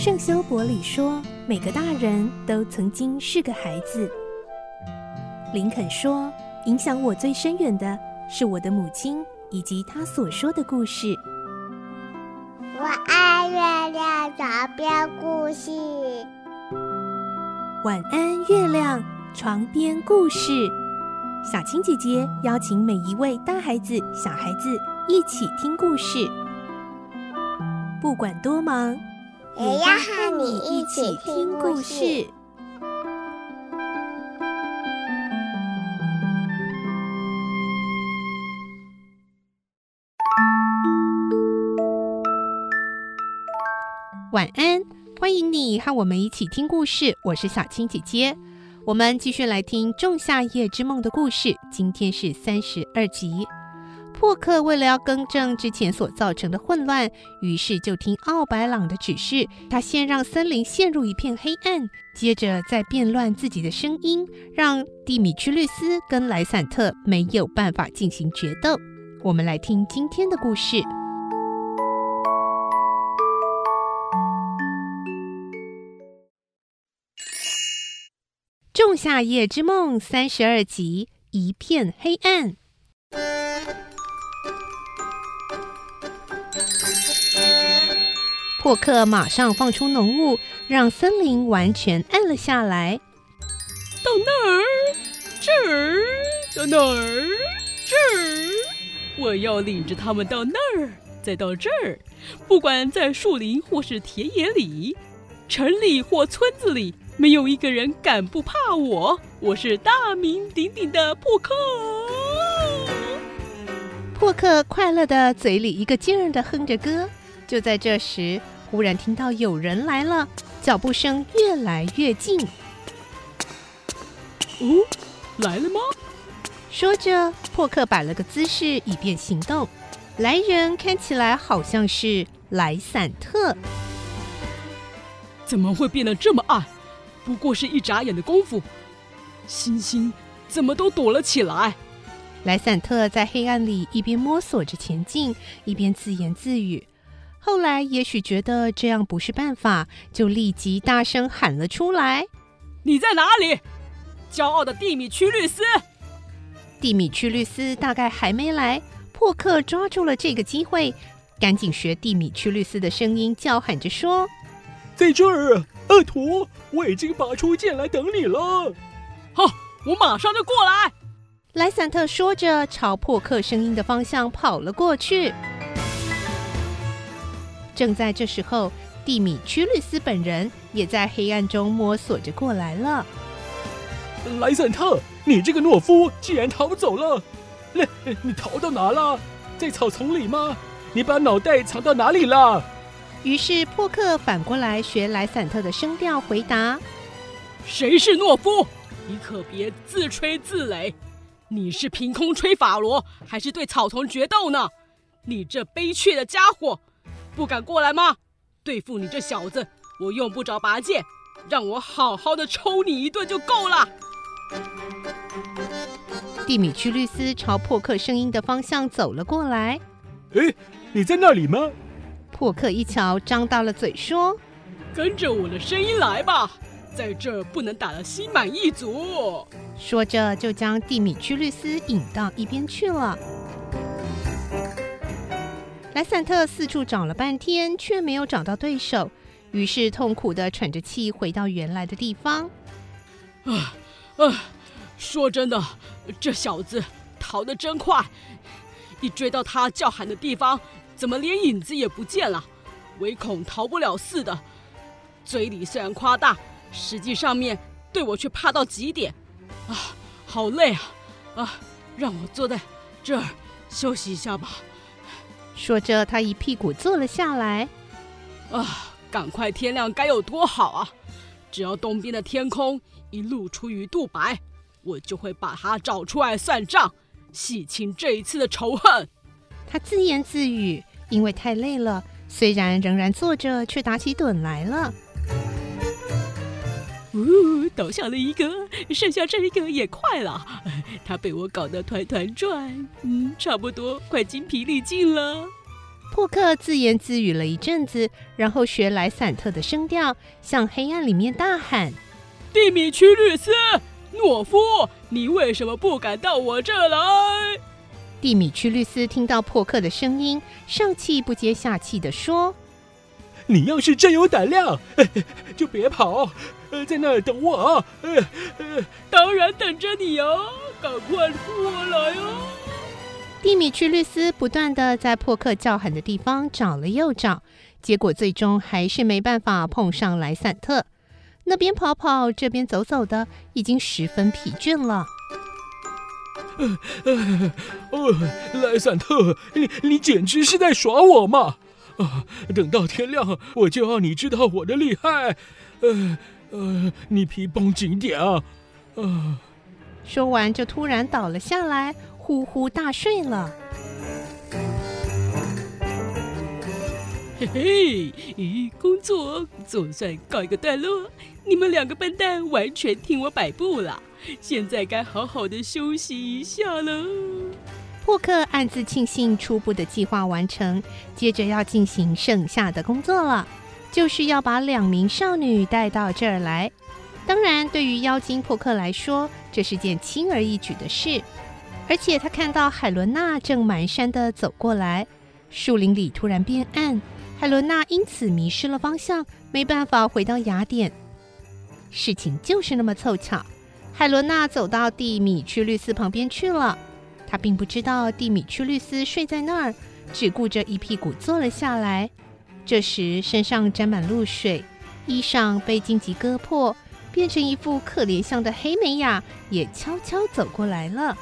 圣修伯里说，每个大人都曾经是个孩子。林肯说，影响我最深远的是我的母亲以及她所说的故事。 我爱月亮床边故事。 晚安，月亮，床边故事。小青姐姐邀请每一位大孩子、小孩子一起听故事，不管多忙， 也要和你一起听故事。 晚安，欢迎你和我们一起听故事，我是小青姐姐。我们继续来听《仲夏夜之梦》的故事，今天是32集。珀克为了要更正之前所造成的混乱，于是就听奥白朗的指示，他先让森林陷入一片黑暗，接着再变乱自己的声音，让蒂米屈律斯跟莱散特没有办法进行决斗。我们来听今天的故事。《仲夏夜之梦》32集，一片黑暗。珀克马上放出浓雾，让森林完全暗了下来。 到那儿，这儿，到那儿，这儿，我要领着他们到那儿，再到这儿。不管在树林或是田野里，城里或村子里，没有一个人敢不怕我。我是大名鼎鼎的珀克。 珀克快乐的嘴里一个劲儿的哼着歌。就在这时，忽然听到有人来了，脚步声越来越近。 哦，来了吗？ 说着，珀克摆了个姿势以便行动。来人看起来好像是莱散特。 怎么会变得这么暗？不过是一眨眼的功夫，星星怎么都躲了起来。 莱散特在黑暗里一边摸索着前进，一边自言自语。后来也许觉得这样不是办法，就立即大声喊了出来： 你在哪里？骄傲的蒂米屈律斯！ 蒂米屈律斯大概还没来，珀克抓住了这个机会，赶紧学蒂米屈律斯的声音叫喊着说： 在这儿，恶徒，我已经拔出剑来等你了。 好，我马上就过来。 莱散特说着，朝珀克声音的方向跑了过去。正在这时候，蒂米屈律斯本人也在黑暗中摸索着过来了。 莱散特，你这个懦夫竟然逃走了！你逃到哪了？在草丛里吗？你把脑袋藏到哪里了？ 于是珀克反过来学莱散特的声调回答： 谁是懦夫？你可别自吹自擂。你是凭空吹法罗，还是对草丛决斗呢？你这卑怯的家伙，不敢过来吗？对付你这小子，我用不着拔剑，让我好好的抽你一顿就够了。 蒂米屈律斯朝珀克声音的方向走了过来。 你在那里吗？ 珀克一瞧，张大了嘴说： 跟着我的声音来吧，在这儿不能打得心满意足。 说着就将蒂米屈律斯引到一边去了。莱散特四处找了半天，却没有找到对手，于是痛苦地喘着气回到原来的地方。 说真的，这小子逃得真快，一追到他叫喊的地方，怎么连影子也不见了？唯恐逃不了似的。嘴里虽然夸大，实际上面对我却怕到极点。好累啊！让我坐在这儿休息一下吧。 说着，他一屁股坐了下来。 赶快天亮该有多好啊！只要东边的天空一露出鱼肚白，我就会把它找出来算账，洗清这一次的仇恨。 他自言自语，因为太累了，虽然仍然坐着，却打起盹来了。 倒下了一个，剩下这一个也快了。他被我搞得团团转，差不多快精疲力尽了。 珀克自言自语了一阵子，然后学莱散特的声调，向黑暗里面大喊： 蒂米屈律斯，懦夫，你为什么不敢到我这来？ 蒂米屈律斯听到珀克的声音，上气不接下气地说： 你要是真有胆量，就别跑，在那儿等我啊！ 当然等着你啊，赶快过来啊！ 蒂米屈律斯不断地在珀克叫喊的地方找了又找，结果最终还是没办法碰上莱散特。那边跑跑，这边走走的，已经十分疲倦了。 莱散特，你简直是在耍我嘛！等到天亮，我就要你知道我的厉害。你皮绷紧点啊！ 说完就突然倒了下来，呼呼大睡了。 嘿嘿，工作总算告一个段落，你们两个笨蛋完全听我摆布了，现在该好好的休息一下了。 珀克暗自庆幸初步的计划完成，接着要进行剩下的工作了，就是要把2名少女带到这儿来。当然，对于妖精珀克来说，这是件轻而易举的事。而且他看到海伦娜正蹒跚地走过来，树林里突然变暗，海伦娜因此迷失了方向，没办法回到雅典。事情就是那么凑巧，海伦娜走到蒂米屈律斯旁边去了。她并不知道蒂米屈律斯睡在那儿，只顾着一屁股坐了下来。这时身上沾满露水，衣裳被荆棘割破，变成一副可怜相的黑美雅也悄悄走过来了。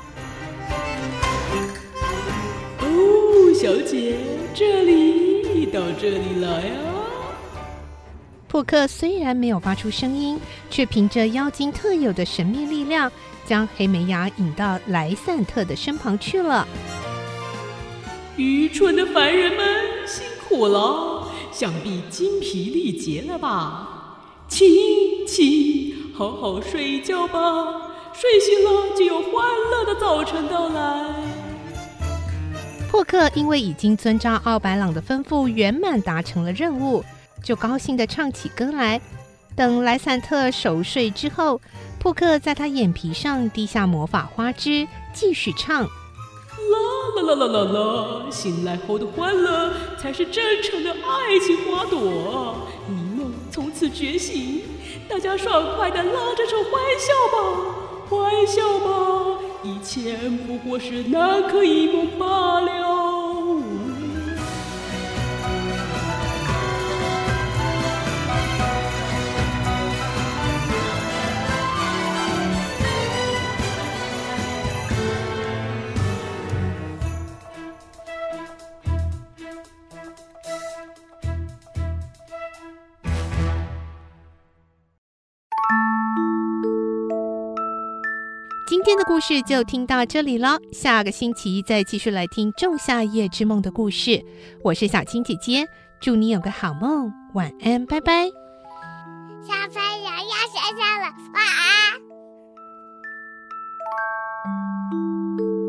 哦，小姐，到这里来啊！ 珀克虽然没有发出声音，却凭着妖精特有的神秘力量，将黑美雅引到莱散特的身旁去了。 愚蠢的凡人们辛苦了，想必精疲力竭了吧？请好好睡一觉吧，睡醒了就有欢乐的早晨到来。 珀克因为已经遵照奥白朗的吩咐圆满达成了任务，就高兴地唱起歌来。等莱散特熟睡之后，珀克在他眼皮上滴下魔法花枝，继续唱： 啦啦啦啦啦啦，醒来后的欢乐才是真诚的爱情花朵。你梦从此觉醒，大家爽快地拉着手欢笑吧，欢笑吧，一切不过是南柯一梦罢了。 今天的故事就听到这里了，下个星期再继续来听《仲夏夜之梦》的故事。我是小青姐姐，祝你有个好梦，晚安，拜拜。 小朋友要睡觉了，晚安。